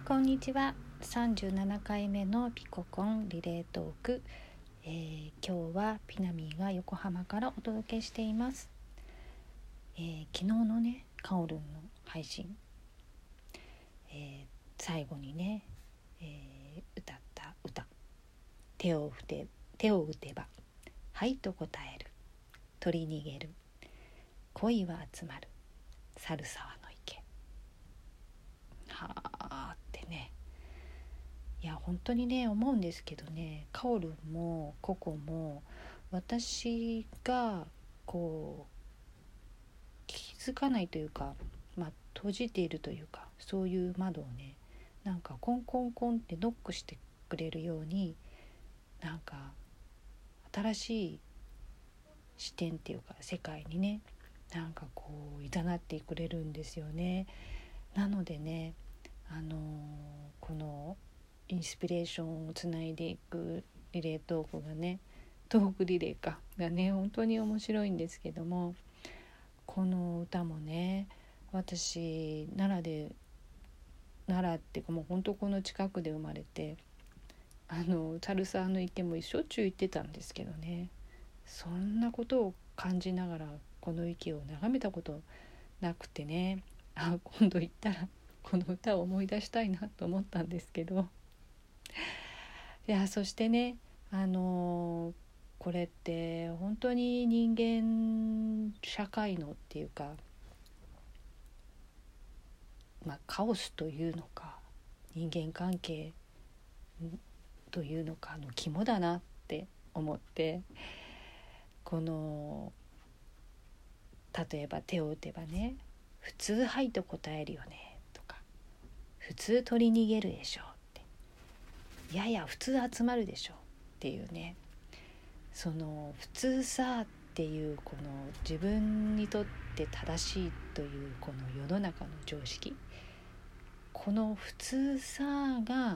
こんにちは。37回目のピココンリレートーク、今日はピナミーが横浜からお届けしています。昨日のねカオルンの配信、最後にね、歌った歌、手を打てばはいと答える、鳥逃げる、恋は集まる、猿沢の池、はあってね、いや本当にね思うんですけどね、カオルンもココも私がこう気づかないというか、閉じているというか、そういう窓をねなんかコンコンコンってノックしてくれるように、なんか新しい視点っていうか世界にねなんかこう誘ってくれるんですよね。なのでね、このインスピレーションをつないでいくリレートークがね、トークリレーがね本当に面白いんですけども、この歌もね私奈良っていうかもう本当この近くで生まれて、猿沢の池もしょっちゅう行ってたんですけどね、そんなことを感じながらこの池を眺めたことなくてね、今度行ったらこの歌を思い出したいなと思ったんですけど、いやそしてね、これって本当に人間社会のっていうか、カオスというのか人間関係というのかの肝だなって思って、この例えば手を打てばね、普通はいと答えるよねとか、普通取り逃げるでしょって、いやいや普通集まるでしょっていうね、その普通さっていうこの自分にとって正しいというこの世の中の常識、この普通さが、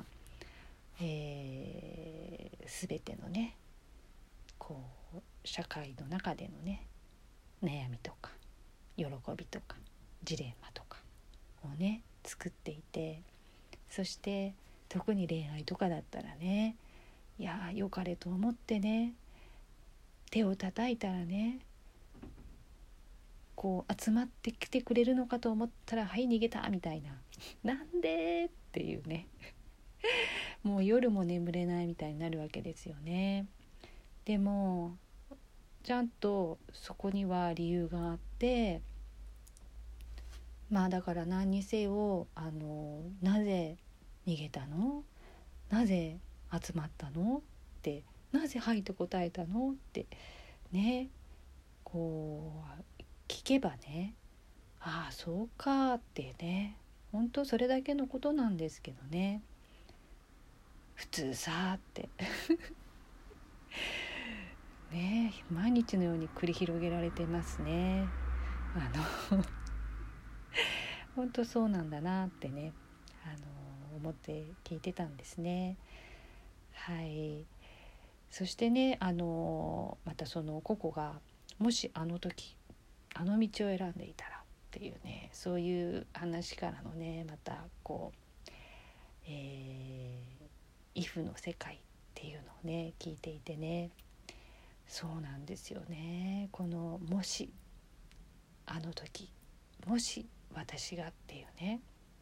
全てのねこう社会の中でのね悩みとか喜びとかジレンマとかをね作っていて、そして特に恋愛とかだったらね、いや良かれと思ってね手を叩いたらねこう集まってきてくれるのかと思ったらはい逃げたみたいな、なんでっていうね、もう夜も眠れないみたいになるわけですよね。でもちゃんとそこには理由があって、だから何にせよなぜ逃げたの、なぜ集まったのって、なぜはいと答えたのってね、こう聞けばね、ああそうかってね、本当それだけのことなんですけどね、普通さってね、毎日のように繰り広げられてますね。本当そうなんだなってね、思って聞いてたんですね。はい。そしてね、またそのココがもしあの時あの道を選んでいたらっていうね、そういう話からのねまたこう、イフの世界っていうのをね聞いていてね、そうなんですよね。このもしあの時、もし私がっていうね、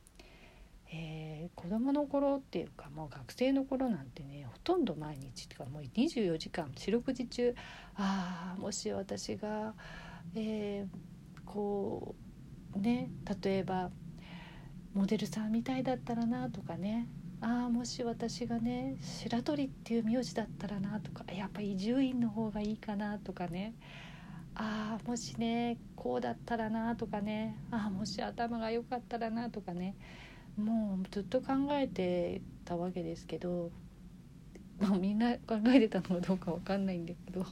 子供の頃っていうかもう学生の頃なんてね、ほとんど毎日とかもう24時間四六時中、もし私が、こうね、例えばモデルさんみたいだったらなとかね、もし私がね白鳥っていう名字だったらなとか、やっぱり伊集院の方がいいかなとかね、もしねこうだったらなとかね、もし頭が良かったらなとかね、もうずっと考えてたわけですけど、みんな考えてたのかどうかわかんないんだけど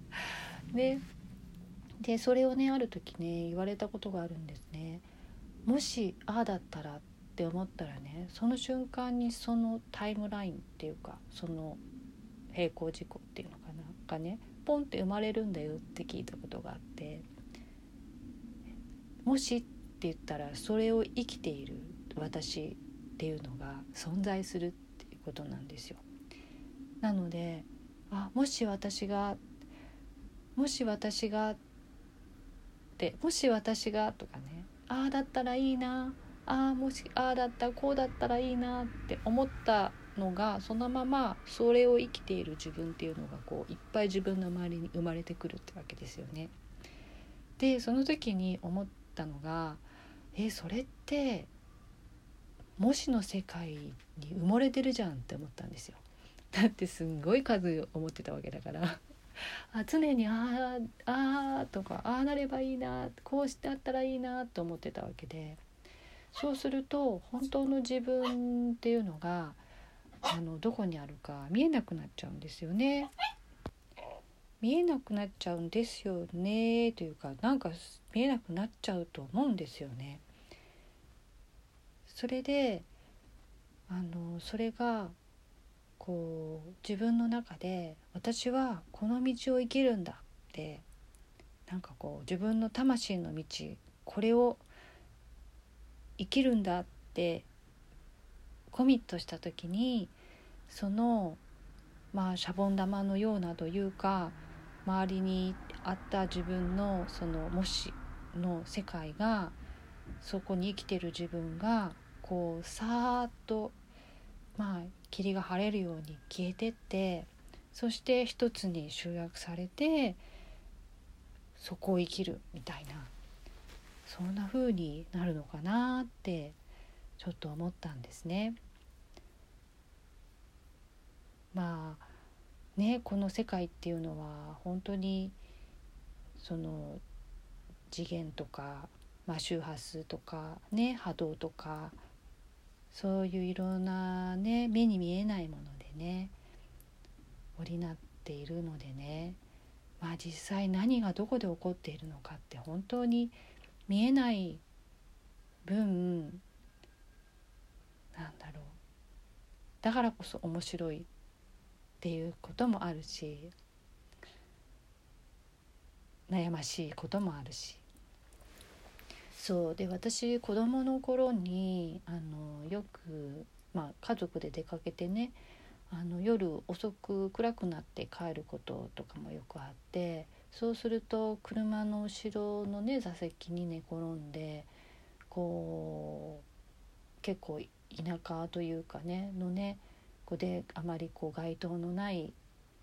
でそれをねある時ね言われたことがあるんですね。もしだったらって思ったらね、その瞬間にそのタイムラインっていうか、その平行時刻っていうのかながねポンって生まれるんだよって聞いたことがあって、もしって言ったらそれを生きている私っていうのが存在するっていうことなんですよ。なのでもし私がとかね、だったらいいな、もしだったらこうだったらいいなって思ったのが、そのままそれを生きている自分っていうのがいっぱい自分の周りに生まれてくるってわけですよね。でその時に思ったのが、それってもしの世界に埋もれてるじゃんって思ったんですよ。だってすんごい数思ってたわけだから常にとかなればいいな、こうしてあったらいいなと思ってたわけで、そうすると本当の自分っていうのがどこにあるか見えなくなっちゃうんですよね。見えなくなっちゃうんですよねというか、なんか見えなくなっちゃうと思うんですよね。それでそれが自分の中で、私はこの道を生きるんだって自分の魂の道、これを生きるんだってコミットした時に、そのシャボン玉のようなというか、周りにあった自分のそのもしの世界が、そこに生きてる自分がさーっと霧が晴れるように消えてって、そして一つに集約されてそこを生きるみたいな、そんな風になるのかなってちょっと思ったんですね。この世界っていうのは本当にその次元とか、周波数とか波動とか、そういういろんな目に見えないもので織りなっているので実際何がどこで起こっているのかって本当に見えない分、だからこそ面白いっていうこともあるし、悩ましいこともあるし。そうで、私子供の頃によく、家族で出かけて夜遅く暗くなって帰ることとかもよくあって、そうすると車の後ろの座席に寝転んで結構田舎というかであまり街灯のない、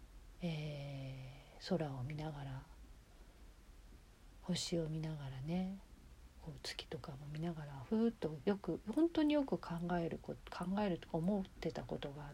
空を見ながら、星を見ながら月とかも見ながらふーっと本当によく考えるとか思ってたことがあって、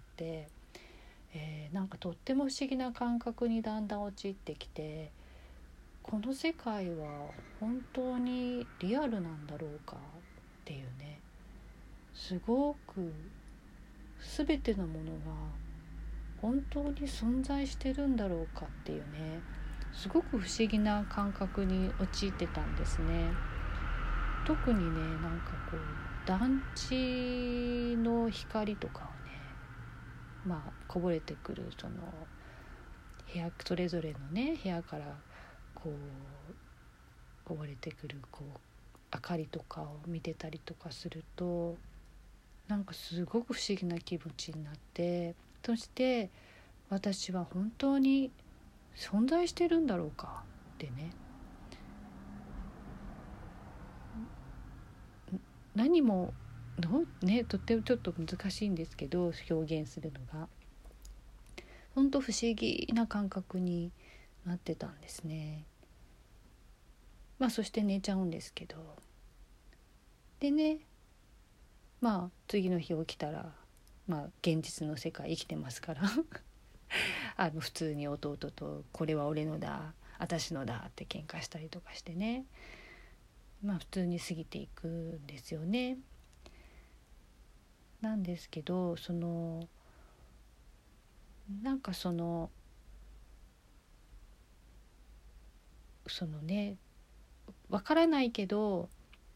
とっても不思議な感覚にだんだん陥ってきて、この世界は本当にリアルなんだろうかっていうすごく全てのものが本当に存在してるんだろうかっていうすごく不思議な感覚に陥ってたんですね。特に団地の光とかをこぼれてくるその部屋、それぞれの部屋からこぼれてくる明かりとかを見てたりとかすると、すごく不思議な気持ちになって、そして私は本当に存在してるんだろうかって何もとってもちょっと難しいんですけど、表現するのが本当不思議な感覚になってたんですね。そして寝ちゃうんですけど、で次の日起きたら現実の世界生きてますから普通に弟とこれは俺のだ、私のだって喧嘩したりとかして普通に過ぎていくんですよね。なんですけど、わからないけど、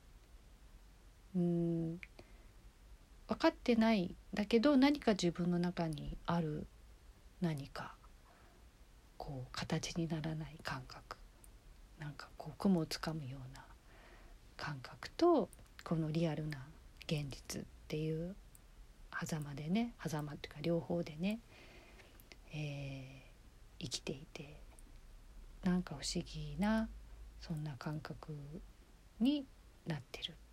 分かってないだけど、何か自分の中にある何か形にならない感覚、雲をつかむような感覚と、このリアルな現実っていう狭間でね、狭間っていうか両方でね、生きていて、なんか不思議なそんな感覚になってる。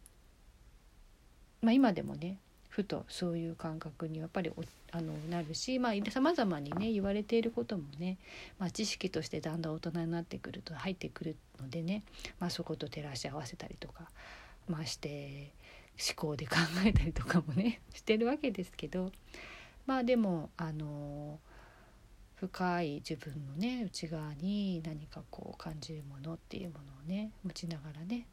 今でもねふとそういう感覚にやっぱりなるし、さまざまにね言われていることもね、知識としてだんだん大人になってくると入ってくるのでね、そこと照らし合わせたりとか、して思考で考えたりとかもねしてるわけですけど、でも深い自分のね内側に何かこう感じるものっていうものをね持ちながらね、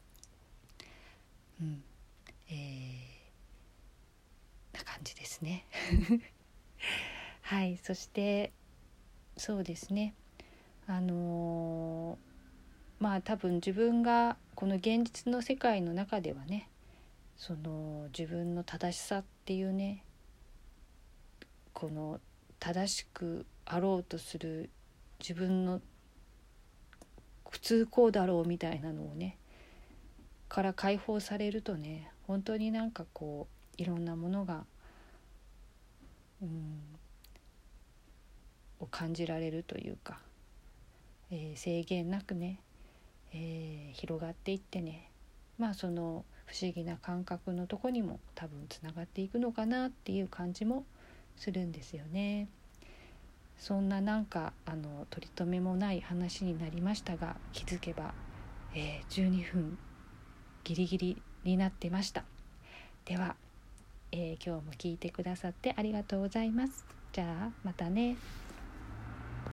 な感じですねはい。そしてそうですね、多分自分がこの現実の世界の中ではね、その自分の正しさっていうね、この正しくあろうとする自分の普通こうだろうみたいなのをねから解放されるとね、本当になんかこういろんなものがを感じられるというか、制限なくね、広がっていってね、その不思議な感覚のとこにも多分つながっていくのかなっていう感じもするんですよね。そんななんか取り留めもない話になりましたが、気づけば、12分ギリギリになってました。では、今日も聞いてくださってありがとうございます。じゃあまたね。